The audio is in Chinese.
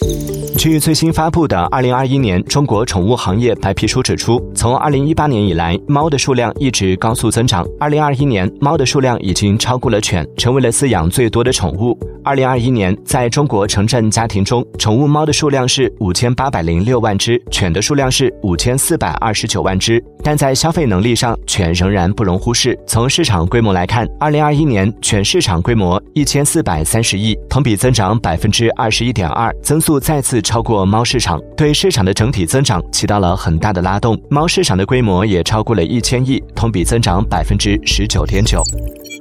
据最新发布的2021年中国宠物行业白皮书指出，从2018年以来，猫的数量一直高速增长。2021年，猫的数量已经超过了犬，成为了饲养最多的宠物。2021年，在中国城镇家庭中，宠物猫的数量是5806万只，犬的数量是5429万只。但在消费能力上，犬仍然不容忽视。从市场规模来看，2021年犬市场规模1430亿，同比增长21.2%，增速再次超过猫市场，对市场的整体增长起到了很大的拉动。猫市场的规模也超过了1000亿，同比增长19.9%。